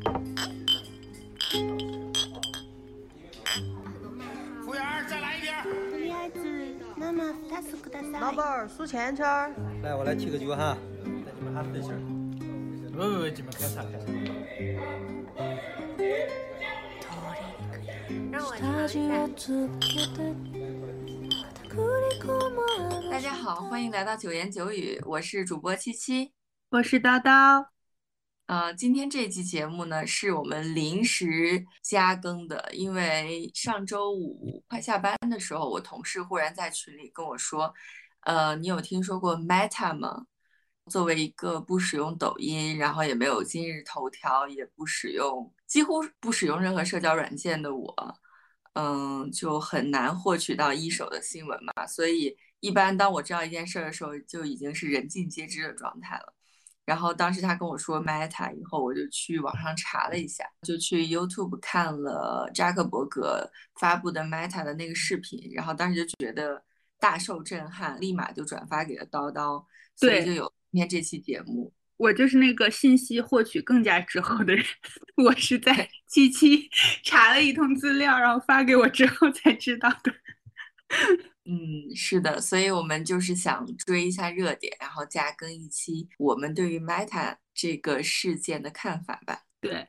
服务员，再来一瓶。 とりあえず生2つください。 老板儿，数钱去儿。 来，我来提个酒哈，带你们喊分声。 不，你们开啥开啥。 让我尝一下。大家好，欢迎来到九言九语，我是主播七七， 我是叨叨。 今天这期节目呢是我们临时加更的，因为上周五快下班的时候，我同事忽然在群里跟我说，你有听说过 Meta 吗？作为一个不使用抖音，然后也没有今日头条，也不使用，几乎不使用任何社交软件的我，就很难获取到一手的新闻嘛，所以一般当我知道一件事的时候，就已经是人尽皆知的状态了。然后当时他跟我说 Meta 以后，我就去网上查了一下，就去 YouTube 看了扎克伯格发布的 Meta 的那个视频，然后当时就觉得大受震撼，立马就转发给了叨叨，所以就有今天这期节目。 我就是那个信息获取更加滞后的人，我是在七七查了一通资料，然后发给我之后才知道的。 是的，所以我们就是想追一下热点，然后加更一期我们对于 Meta 这个事件的看法吧。 对，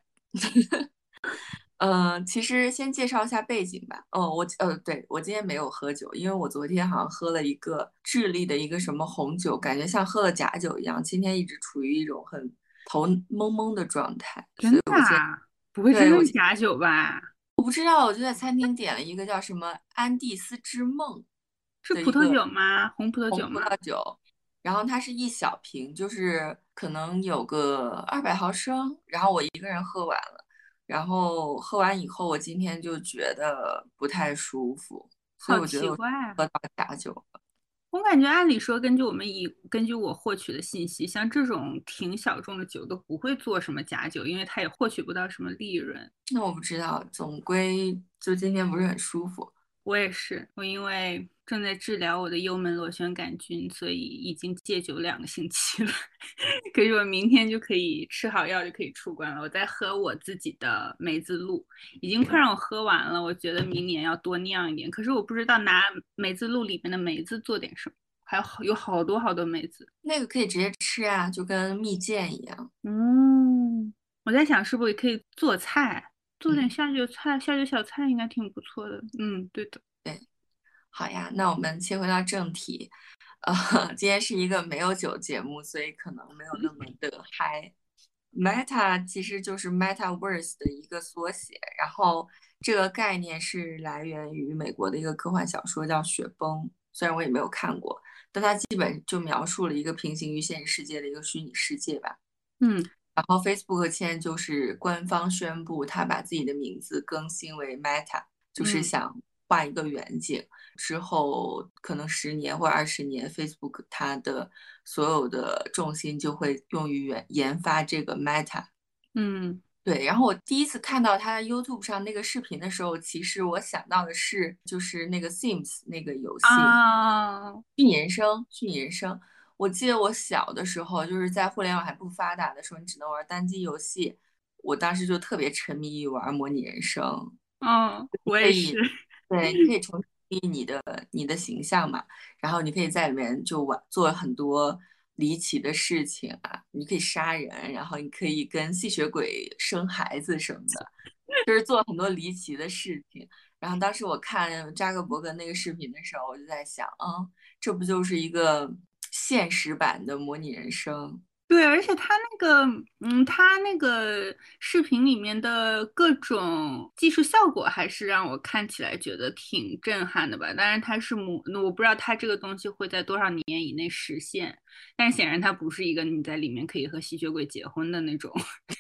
其实先介绍一下背景吧。对，我今天没有喝酒，因为我昨天好像喝了一个智利的一个什么红酒，感觉像喝了假酒一样，今天一直处于一种很头蒙蒙的状态。 真的啊？不会真的是假酒吧？ 我不知道，我就在餐厅点了一个叫什么安第斯之梦。 是葡萄酒吗？红葡萄酒吗？ 红葡萄酒，然后它是一小瓶，就是可能有个200毫升，然后我一个人喝完了，然后喝完以后，我今天就觉得不太舒服，所以我觉得我喝到假酒了。 我感觉按理说，根据我获取的信息，像这种挺小众的酒都不会做什么假酒，因为它也获取不到什么利润。 那我不知道，总归就今天不是很舒服。 我也是，我因为正在治疗我的幽门螺旋杆菌，所以已经戒酒2个星期了。可是我明天就可以吃好药就可以出关了。我在喝我自己的梅子露，已经快让我喝完了。我觉得明年要多酿一点，可是我不知道拿梅子露里面的梅子做点什么，还有好多好多梅子。 那个可以直接吃啊，就跟蜜饯一样。 我在想是不是也可以做菜，做点下酒菜，下酒小菜应该挺不错的。对的。 对，好呀，那我们切回到正题。今天是一个没有酒节目，所以可能没有那么的嗨。Meta 其实就是 Metaverse 的一个缩写，然后这个概念是来源于美国的一个科幻小说叫《雪崩》，虽然我也没有看过，但它基本就描述了一个平行于现实世界的一个虚拟世界吧。然后 Facebook 现在就是官方宣布，他把自己的名字更新为 Meta，就是想换一个远景，之后可能10年或20年，Facebook 它的所有的重心就会用于研发这个 Meta。对。然后我第一次看到他 YouTube 上那个视频的时候，其实我想到的是就是那个 Sims 那个游戏，虚拟人生，虚拟人生。我记得我小的时候，就是在互联网还不发达的时候，你只能玩单机游戏。我当时就特别沉迷于玩模拟人生。 我也是。 对，你可以重新你的形象嘛，然后你可以在里面就做很多离奇的事情啊，你可以杀人，然后你可以跟吸血鬼生孩子什么的，就是做很多离奇的事情。然后当时我看扎克伯格那个视频的时候，我就在想，这不就是一个现实版的模拟人生？ 对，而且他那个视频里面的各种技术效果，还是让我看起来觉得挺震撼的吧。当然，我不知道它这个东西会在多少年以内实现，但是显然它不是一个你在里面可以和吸血鬼结婚的那种。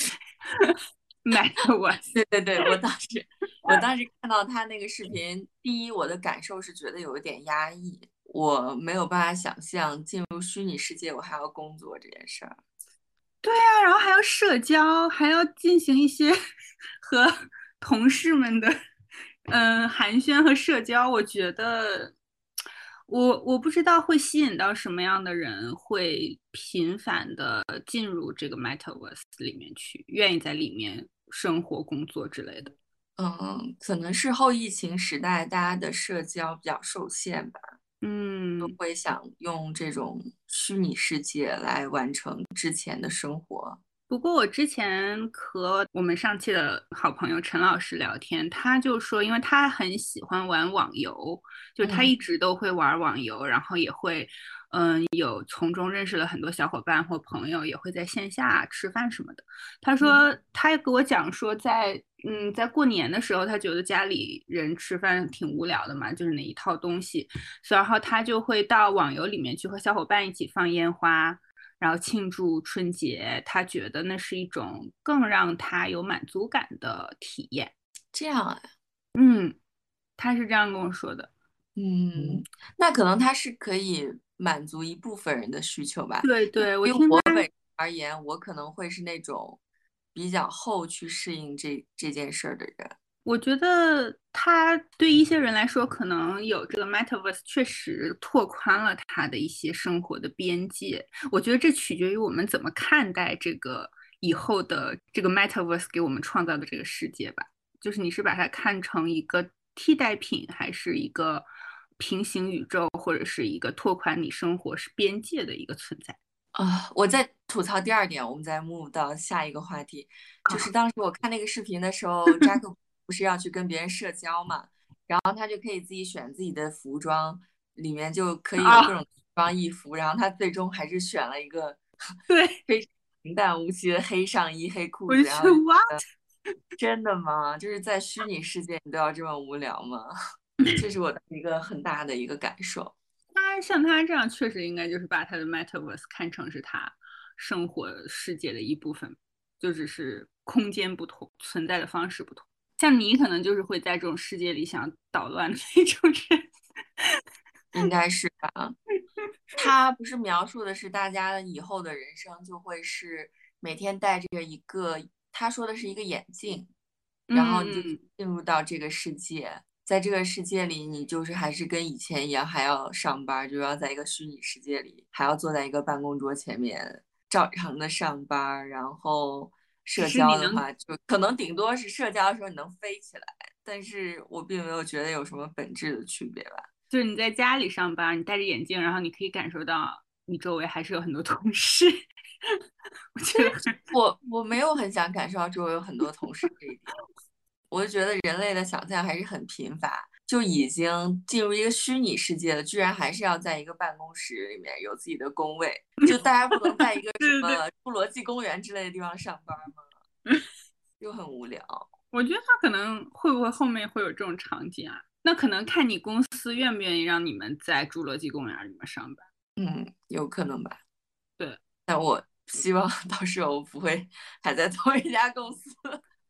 对对对，我当时看到他那个视频，第一，我的感受是觉得有一点压抑，我没有办法想象进入虚拟世界我还要工作这件事儿。 对啊，然后还要社交，还要进行一些和同事们的寒暄和社交。我觉得我不知道会吸引到什么样的人会频繁的进入这个 Metaverse 里面去，愿意在里面生活、工作之类的。 可能是后疫情时代大家的社交比较受限吧，都会想用这种虚拟世界来完成之前的生活。 不过我之前和我们上期的好朋友陈老师聊天，他就说，因为他很喜欢玩网游，就他一直都会玩网游，然后也会，有从中认识了很多小伙伴或朋友，也会在线下吃饭什么的。他说，他给我讲说在过年的时候，他觉得家里人吃饭挺无聊的嘛，就是那一套东西，然后他就会到网游里面去和小伙伴一起放烟花。然后庆祝春节，他觉得那是一种更让他有满足感的体验。 这样啊， 他是这样跟我说的。 那可能他是可以满足一部分人的需求吧。 对对， 对于我本人而言，我可能会是那种比较后去适应这件事儿的人。 我觉得他对一些人来说，可能有这个 Metaverse 确实拓宽了他的一些生活的边界。我觉得这取决于我们怎么看待这个以后的这个 Metaverse 给我们创造的这个世界吧。就是你是把它看成一个替代品，还是一个平行宇宙，或者是一个拓宽你生活是边界的一个存在。 我在吐槽第二点，我们再 move 到下一个话题，就是当时我看那个视频的时候，扎克不是要去跟别人社交嘛，然后他就可以自己选自己的服装，里面就可以有各种奇装异服，然后他最终还是选了一个对非常平淡无奇的黑上衣、黑裤子，然后真的吗？就是在虚拟世界你都要这么无聊吗？这是我的一个很大的一个感受。 像他这样，确实应该就是把他的 Metaverse 看成是他生活世界的一部分，就只是空间不同，存在的方式不同。像你可能就是会在这种世界里想捣乱的那种人， 应该是吧？他不是描述的是大家以后的人生就会是每天戴着一个，他说的是一个眼镜，然后你就进入到这个世界。在这个世界里，你就是还是跟以前一样，还要上班，就要在一个虚拟世界里，还要坐在一个办公桌前面，照常的上班。然后社交的话，就可能顶多是社交的时候你能飞起来，但是我并没有觉得有什么本质的区别吧。 就是你在家里上班，你戴着眼镜，然后你可以感受到你周围还是有很多同事。我觉得我没有很想感受到周围有很多同事这一点。我就觉得人类的想象还是很贫乏，就已经进入一个虚拟世界了，居然还是要在一个办公室里面有自己的工位，就大家不能在一个什么侏罗纪公园之类的地方上班吗？就很无聊。 我觉得他可能会不会后面会有这种场景啊？那可能看你公司愿不愿意让你们在侏罗纪公园里面上班。 有可能吧。 对， 但我希望到时候我不会还在同一家公司。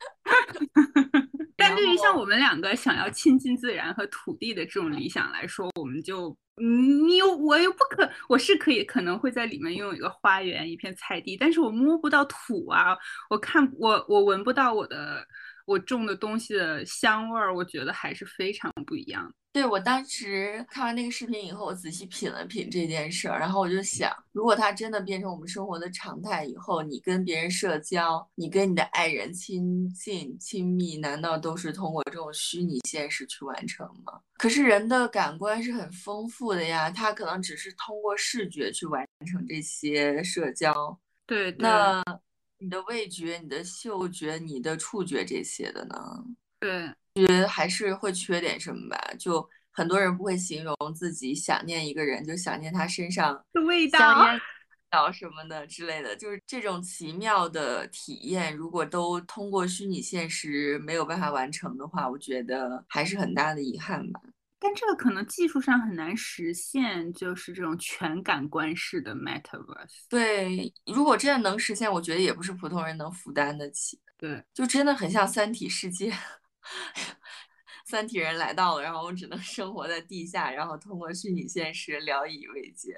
但对于像我们两个想要亲近自然和土地的这种理想来说，我们就我又不可，我是可能会在里面拥有一个花园，一片菜地，但是我摸不到土啊，我闻不到我种的东西的香味儿，我觉得还是非常不一样的。 对，我当时看完那个视频以后，我仔细品了品这件事儿，然后我就想，如果它真的变成我们生活的常态以后，你跟别人社交，你跟你的爱人亲近亲密，难道都是通过这种虚拟现实去完成吗？可是人的感官是很丰富的呀，他可能只是通过视觉去完成这些社交。 对， 那你的味觉、你的嗅觉、你的触觉这些的呢？ 对。 还是会缺点什么吧？就很多人不会形容自己想念一个人，就想念他身上的味道、 香烟道什么的之类的。就是这种奇妙的体验，如果都通过虚拟现实没有办法完成的话，我觉得还是很大的遗憾吧。 但这个可能技术上很难实现，就是这种全感官式的 Metaverse。 对，如果真的能实现，我觉得也不是普通人能负担得起。 对， 就真的很像三体世界。三体人来到了，然后我只能生活在地下，然后通过虚拟现实聊以慰藉。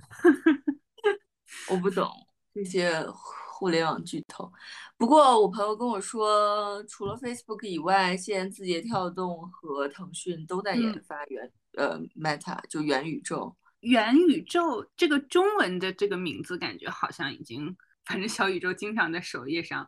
我不懂这些互联网巨头，不过我朋友跟我说，除了 Facebook 以外，现在字节跳动和腾讯都在研发Meta 就元宇宙。 元宇宙这个中文的这个名字，感觉好像已经，反正小宇宙经常在首页上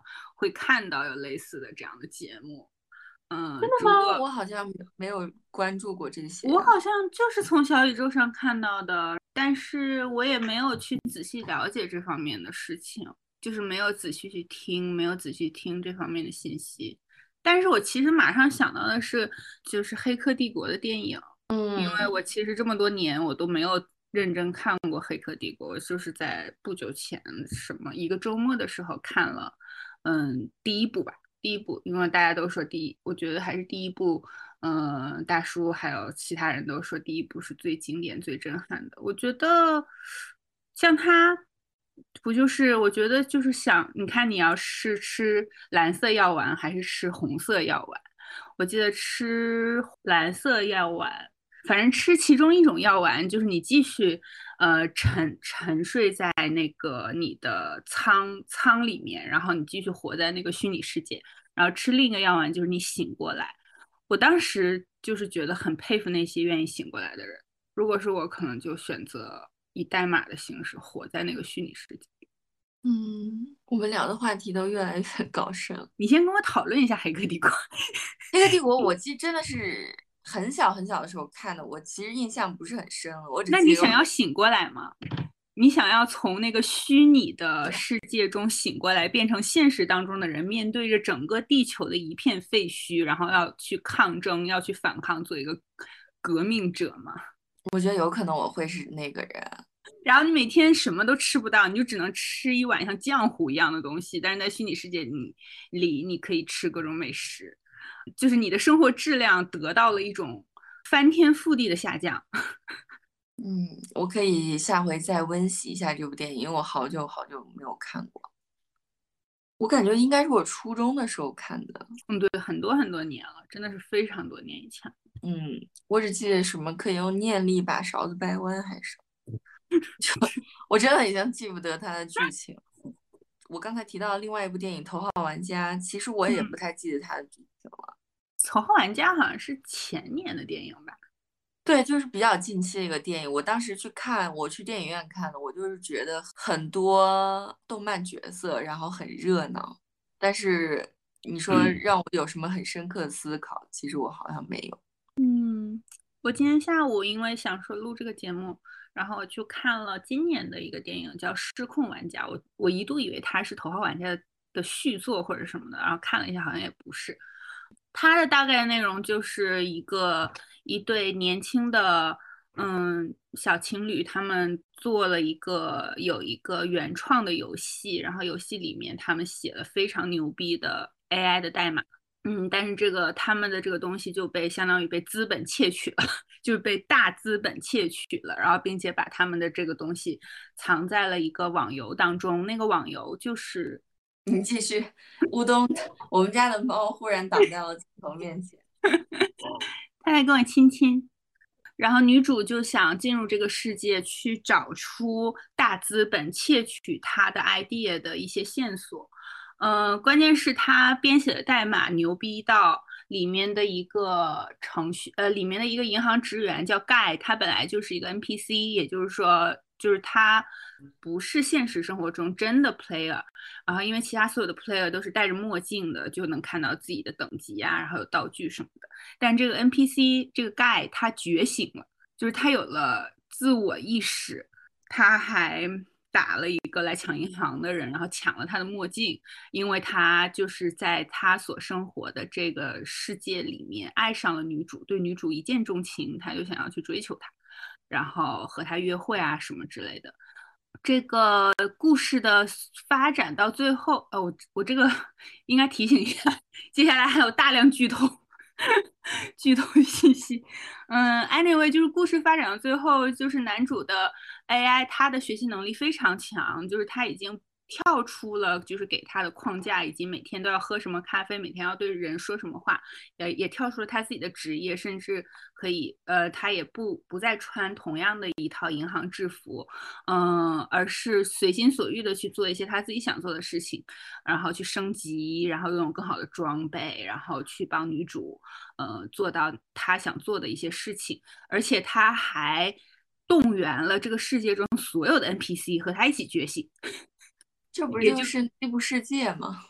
会看到有类似的这样的节目。 真的吗？我好像没有关注过这些。 我好像就是从小宇宙上看到的，但是我也没有去仔细了解这方面的事情，就是没有仔细去听，没有仔细听这方面的信息。但是我其实马上想到的是，就是《黑客帝国》的电影，因为我其实这么多年我都没有认真看过《黑客帝国》，我就是在不久前一个周末的时候看了，第一部吧。第一部，因为大家都说我觉得还是第一部，大叔还有其他人都说第一部是最经典、最震撼的。我觉得像他，不就是我觉得就是想，你看你要是吃蓝色药丸还是吃红色药丸？我记得吃蓝色药丸，反正吃其中一种药丸，就是你继续沉睡在那个你的舱里面，然后你继续活在那个虚拟世界，然后吃另一个药丸，就是你醒过来。我当时就是觉得很佩服那些愿意醒过来的人。如果是我，可能就选择以代码的形式活在那个虚拟世界。 我们聊的话题都越来越高深了。 你先跟我讨论一下《黑客帝国》。《 黑客帝国》我记真的是很小很小的时候看的，我其实印象不是很深了。我只记得那你想要醒过来吗？你想要从那个虚拟的世界中醒过来，变成现实当中的人，面对着整个地球的一片废墟，然后要去抗争，要去反抗，做一个革命者吗？ 我觉得有可能我会是那个人。 然后你每天什么都吃不到，你就只能吃一碗像浆糊一样的东西，但是在虚拟世界里，你可以吃各种美食，就是你的生活质量得到了一种翻天覆地的下降。 我可以下回再温习一下这部电影，因为我好久好久没有看过。我感觉应该是我初中的时候看的。 对，很多很多年了，真的是非常多年以前。 我只记得什么可以用念力把勺子掰弯，还是我真的已经记不得它的剧情。我刚才提到另外一部电影《头号玩家》，其实我也不太记得它的剧情了。 头号玩家好像是前年的电影吧？ 对，就是比较近期的一个电影。我当时去看，我去电影院看的，我就是觉得很多动漫角色，然后很热闹。但是你说让我有什么很深刻的思考，其实我好像没有。 我今天下午因为想说录这个节目，然后我去看了今年的一个电影叫《失控玩家》，我一度以为它是《头号玩家》的续作或者什么的，然后看了一下，好像也不是。它的大概内容就是一对年轻的小情侣，他们有一个原创的游戏，然后游戏里面他们写了非常牛逼的 AI 的代码。但是他们的这个东西就相当于被资本窃取了，就是被大资本窃取了，然后并且把他们的这个东西藏在了一个网游当中。那个网游就是你继续，乌冬，我们家的猫忽然挡在了镜头面前， 它来跟我亲亲。然后女主就想进入这个世界，去找出大资本窃取她的 idea 的一些线索。关键是他编写的代码牛逼到里面的一个里面的一个银行职员叫盖，他本来就是一个 NPC，也就是说，就是他不是现实生活中真的 player，然后因为其他所有的 player 都是戴着墨镜的，就能看到自己的等级啊，然后有道具什么的，但这个 NPC 这个盖他觉醒了，就是他有了自我意识，他还打了一个来抢银行的人，然后抢了他的墨镜，因为他就是在他所生活的这个世界里面爱上了女主，对女主一见钟情，他就想要去追求她，然后和她约会啊什么之类的。这个故事的发展到最后，我这个应该提醒一下，接下来还有大量剧透。剧透信息，anyway，就是故事发展到最后，就是男主的 AI，他的学习能力非常强，就是他已经跳出了就是给他的框架，以及每天都要喝什么咖啡，每天要对人说什么话，也跳出了他自己的职业，甚至可以他也不再穿同样的一套银行制服，而是随心所欲的去做一些他自己想做的事情，然后去升级，然后拥有更好的装备，然后去帮女主做到他想做的一些事情，而且他还动员了这个世界中所有的 NPC 和他一起觉醒。 这不就是那部世界吗？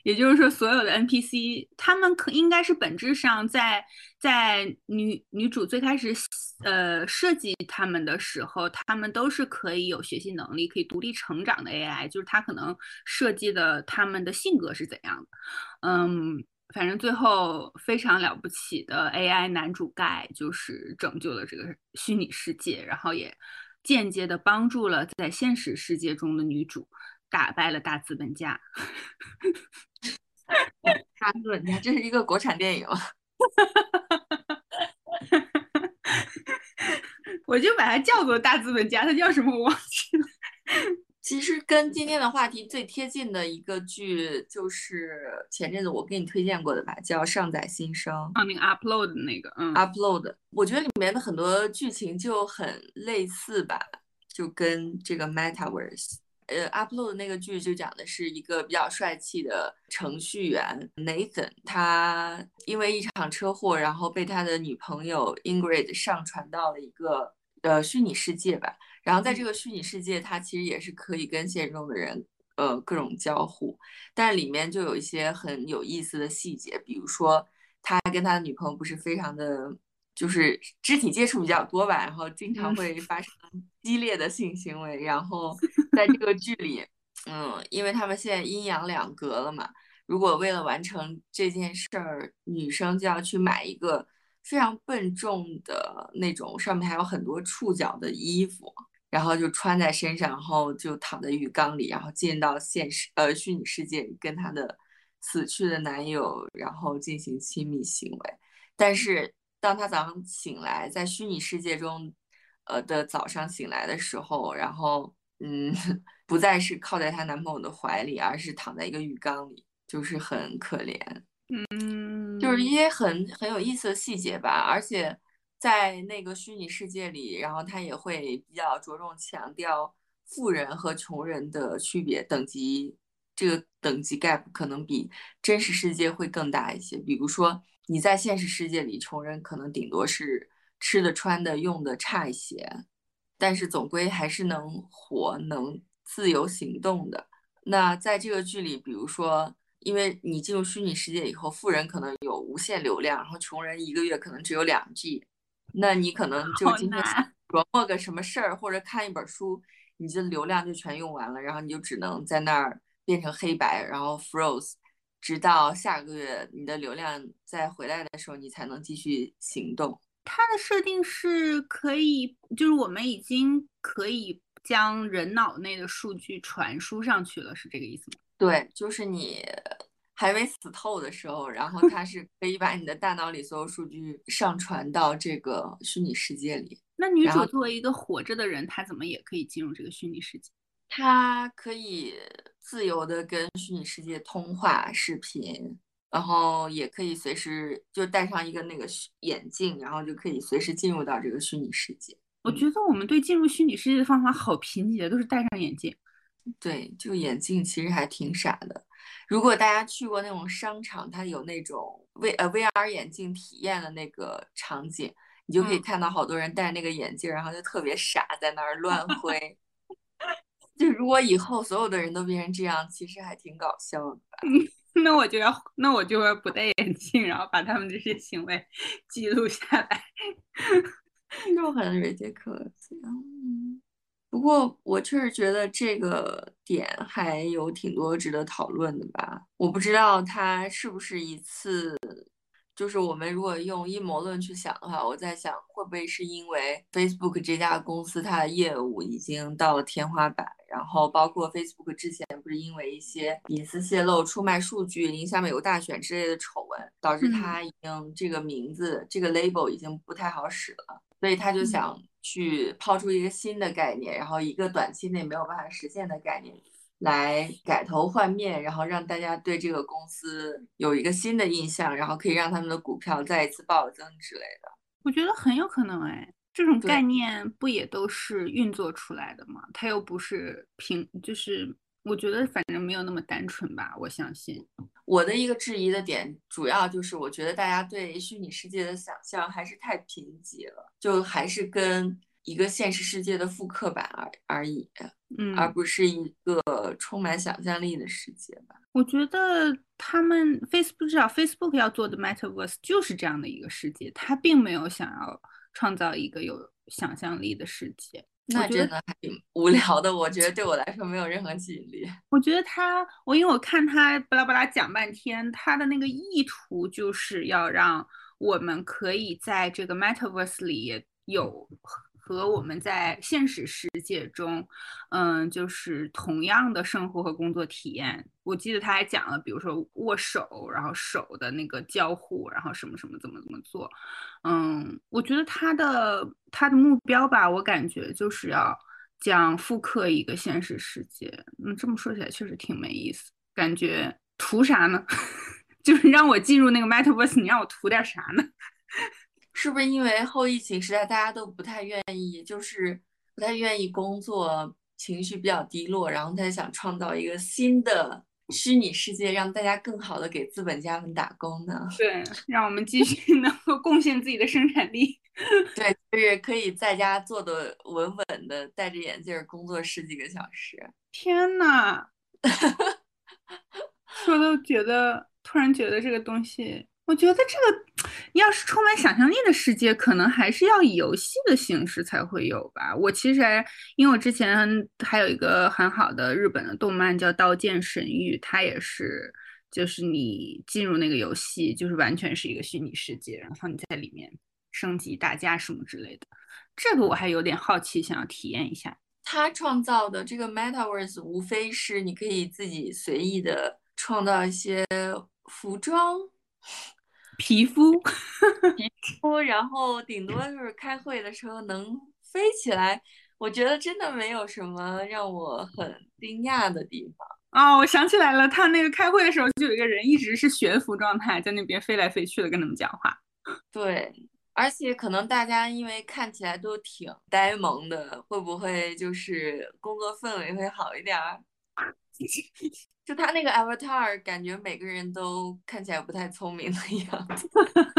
也就是说，所有的 NPC 他们应该是本质上在女主最开始设计他们的时候，他们都是可以有学习能力、可以独立成长的 AI，就是他可能设计的他们的性格是怎样的。反正最后非常了不起的 AI 男主盖就是拯救了这个虚拟世界，然后也间接的帮助了在现实世界中的女主打败了大资本家。 大资本家，这是一个国产电影。 我就把它叫做大资本家，它叫什么我忘记了。 其实跟今天的话题最贴近的一个剧，就是前阵子我给你推荐过的吧，叫《上载新生》。 那个 upload 的那个 ，upload，我觉得里面的很多剧情就很类似吧，就跟这个 Metaverse。upload 那个剧就讲的是一个比较帅气的程序员 Nathan， 他因为一场车祸，然后被他的女朋友 Ingrid 上传到了一个虚拟世界吧。然后在这个虚拟世界，他其实也是可以跟现实中的人各种交互，但里面就有一些很有意思的细节，比如说他跟他的女朋友不是非常的。就是肢体接触比较多吧，然后经常会发生激烈的性行为，然后在这个剧里，因为他们现在阴阳两隔了嘛，如果为了完成这件事儿，女生就要去买一个非常笨重的那种，上面还有很多触角的衣服，然后就穿在身上，然后就躺在浴缸里，然后进到虚拟世界里，跟她的死去的男友，然后进行亲密行为，但是。当她早上醒来，在虚拟世界中，的早上醒来的时候，然后不再是靠在她男朋友的怀里，而是躺在一个浴缸里，就是很可怜。就是一些很有意思的细节吧，而且在那个虚拟世界里，然后他也会比较着重强调富人和穷人的区别，这个等级 gap 可能比真实世界会更大一些。比如说你在现实世界里，穷人可能顶多是吃的、穿的、用的差一些，但是总归还是能活、能自由行动的。那在这个剧里，比如说。因为你进入虚拟世界以后，富人可能有无限流量，然后穷人一个月可能只有2G，那你可能就今天琢磨个什么事儿，或者看一本书，你的流量就全用完了，然后你就只能在那儿变成黑白，然后 froze，直到下个月你的流量再回来的时候，你才能继续行动。 它的设定是可以，就是我们已经可以将人脑内的数据传输上去了，是这个意思吗？ 对，就是你还没死透的时候，然后它是可以把你的大脑里所有数据上传到这个虚拟世界里。 那女主作为一个活着的人，她怎么也可以进入这个虚拟世界？ 她可以自由的跟虚拟世界通话、视频，然后也可以随时就戴上一个那个眼镜，然后就可以随时进入到这个虚拟世界。 我觉得我们对进入虚拟世界的方法好贫瘠，都是戴上眼镜。 对，就眼镜其实还挺傻的。如果大家去过那种商场，它有那种VR 眼镜体验的那个场景，你就可以看到好多人戴那个眼镜，然后就特别傻，在那儿乱挥。就如果以后所有的人都变成这样，其实还挺搞笑的吧？ 那我就要不戴眼镜，然后把他们这些行为记录下来， 就很 ridiculous。不过我确实觉得这个点还有挺多值得讨论的吧。我不知道它是不是一次，就是我们如果用阴谋论去想的话，我在想会不会是因为 Facebook 这家公司它的业务已经到了天花板，然后包括 Facebook 之前不是因为一些隐私泄露、出卖数据、影响美国大选之类的丑闻，导致它已经这个名字、这个 label 已经不太好使了。所以他就想去抛出一个新的概念，然后一个短期内没有办法实现的概念，来改头换面，然后让大家对这个公司有一个新的印象，然后可以让他们的股票再一次暴增之类的。 我觉得很有可能哎，这种概念不也都是运作出来的吗？它又不是就是我觉得反正没有那么单纯吧，我相信。 我的一个质疑的点，主要就是我觉得大家对虚拟世界的想象还是太贫瘠了，就还是跟一个现实世界的复刻版而已，而嗯， 不是一个充满想象力的世界吧。 我觉得他们 至少 Facebook 要做的 Metaverse 就是这样的一个世界，他并没有想要创造一个有想象力的世界。我那觉得真的还挺无聊的，我觉得对我来说没有任何吸引力。 因为我看他巴拉巴拉讲半天，他的那个意图就是要让我们可以在这个 Metaverse 里也有和我们在现实世界中，就是同样的生活和工作体验。我记得他还讲了，比如说握手，然后手的那个交互，然后什么什么怎么做。我觉得他的目标吧，我感觉就是要讲复刻一个现实世界。这么说起来确实挺没意思，感觉图啥呢？就是让我进入那个 Metaverse，你让我图点啥呢？ 是不是因为后疫情时代大家都不太愿意，就是不太愿意工作，情绪比较低落，然后他想创造一个新的虚拟世界，让大家更好的给资本家们打工呢？ 对，让我们继续能够贡献自己的生产力。 对，就是可以在家坐的稳稳的，戴着眼镜工作10几个小时。 天呐，说都觉得，突然觉得这个东西，我觉得这个要是充满想象力的世界，可能还是要以游戏的形式才会有吧。我其实因为我之前还有一个很好的日本的动漫叫《刀剑神域》，它也是，就是你进入那个游戏，就是完全是一个虚拟世界，然后你在里面升级打架什么之类的。这个我还有点好奇，想要体验一下。 他创造的这个 Metaverse 无非是你可以自己随意的创造一些服装， 皮肤， 然后顶多就是开会的时候能飞起来。我觉得真的没有什么让我很惊讶的地方。 哦，我想起来了，他那个开会的时候，就有一个人一直是悬浮状态，在那边飞来飞去的跟他们讲话。 对，而且可能大家因为看起来都挺呆萌的，会不会就是工作氛围会好一点儿？就他那个 avatar，感觉每个人都看起来不太聪明的样子。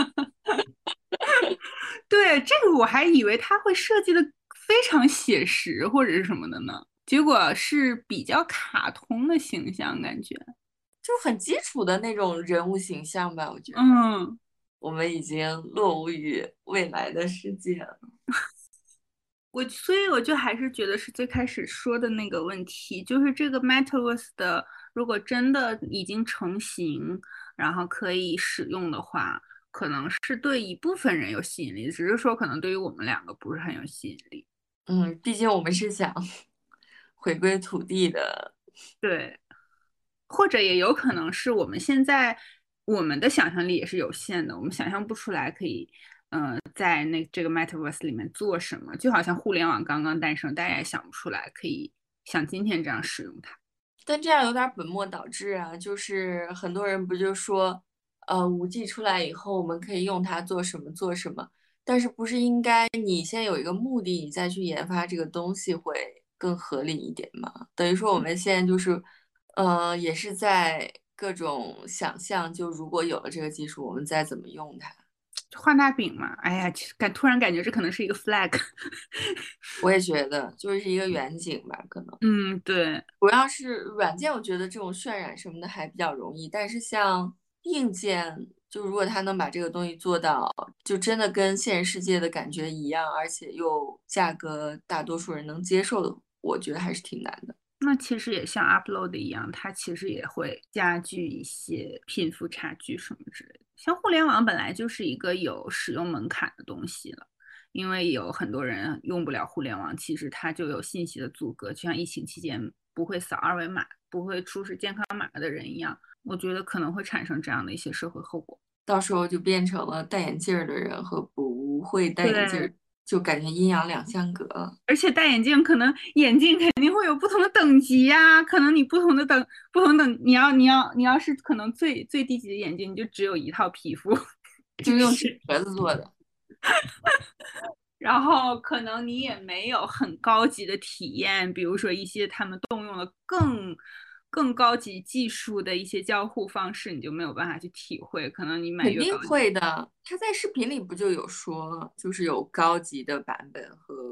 对，这个我还以为他会设计的非常写实或者是什么的呢，结果是比较卡通的形象，感觉。 就很基础的那种人物形象吧，我觉得嗯， 我们已经落伍于未来的世界了。 所以我就还是觉得是最开始说的那个问题，就是这个 Metaverse 的，如果真的已经成型，然后可以使用的话，可能是对一部分人有吸引力，只是说可能对于我们两个不是很有吸引力。 毕竟我们是想回归土地的。 对，或者也有可能是我们的想象力也是有限的，我们想象不出来可以，在这个 Metaverse 里面做什么，就好像互联网刚刚诞生，大家也想不出来可以像今天这样使用它。 但这样有点本末倒置啊！就是很多人不就说，5G 出来以后，我们可以用它做什么做什么，但是不是应该你先有一个目的，你再去研发这个东西会更合理一点吗？等于说我们现在就是，也是在各种想象，就如果有了这个技术，我们再怎么用它。 画大饼嘛，哎呀，突然感觉这可能是一个 flag。 我也觉得就是一个远景吧，可能。 嗯，对， 主要是软件，我觉得这种渲染什么的还比较容易，但是像硬件，就如果它能把这个东西做到，就真的跟现实世界的感觉一样，而且又价格大多数人能接受的，我觉得还是挺难的。 那其实也像 upload 一样，它其实也会加剧一些贫富差距什么之类的。像互联网本来就是一个有使用门槛的东西了，因为有很多人用不了互联网，其实它就有信息的阻隔，就像疫情期间不会扫二维码、不会出示健康码的人一样，我觉得可能会产生这样的一些社会后果。 到时候就变成了戴眼镜儿的人和不会戴眼镜对， 儿，就感觉阴阳两相隔了。 而且戴眼镜可能眼镜肯定会有不同的等级呀、可能你不同等，你要是可能最低级的眼镜，你就只有一套皮肤， 就是用纸壳子做的。 然后可能你也没有很高级的体验，比如说一些他们动用了更高级技术的一些交互方式，你就没有办法去体会。可能你买肯定越高级， 会的，他在视频里不就有说，就是有高级的版本和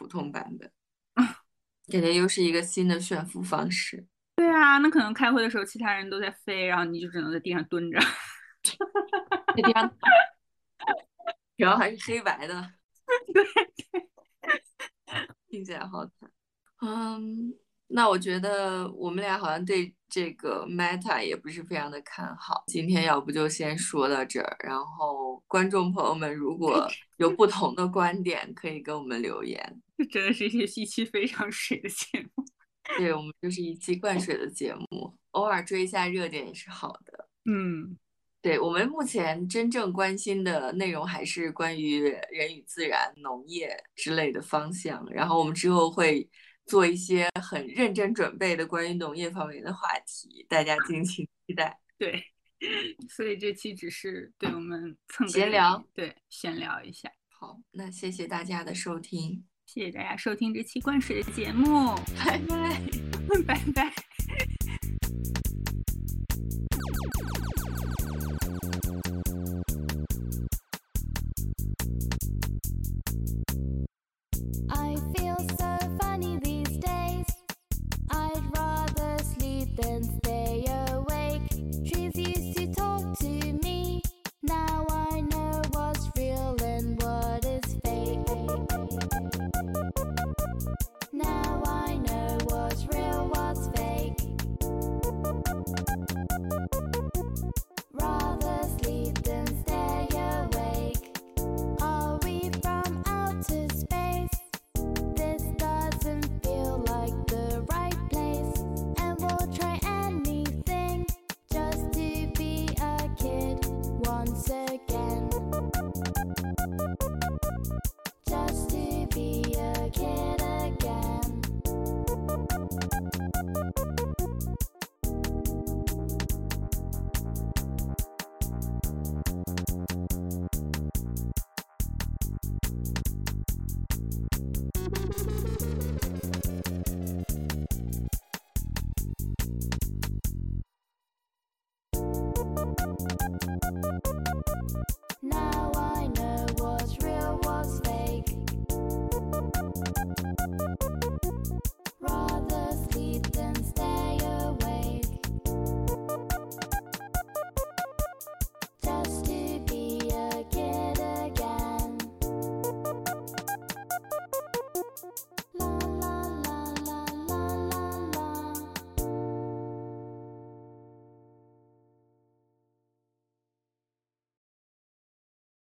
普通版本，感觉又是一个新的炫富方式。 对啊，那可能开会的时候其他人都在飞，然后你就只能在地上蹲着。 在地上，然后还是黑白的， 对， 听起来好惨。那我觉得我们俩好像对这个 Meta 也不是非常的看好。今天要不就先说到这儿，然后观众朋友们如果有不同的观点，可以跟我们留言。 这真的是一期非常水的节目。 对，我们就是一期灌水的节目，偶尔追一下热点也是好的。对，我们目前真正关心的内容还是关于人与自然、农业之类的方向，然后我们之后会做一些很认真准备的关于农业方面的话题，大家敬请期待。 对，所以这期只是对我们蹭个闲聊， 对，闲聊一下。 好，那谢谢大家的收听， 谢谢大家收听这期灌水的节目， 拜拜， 拜拜。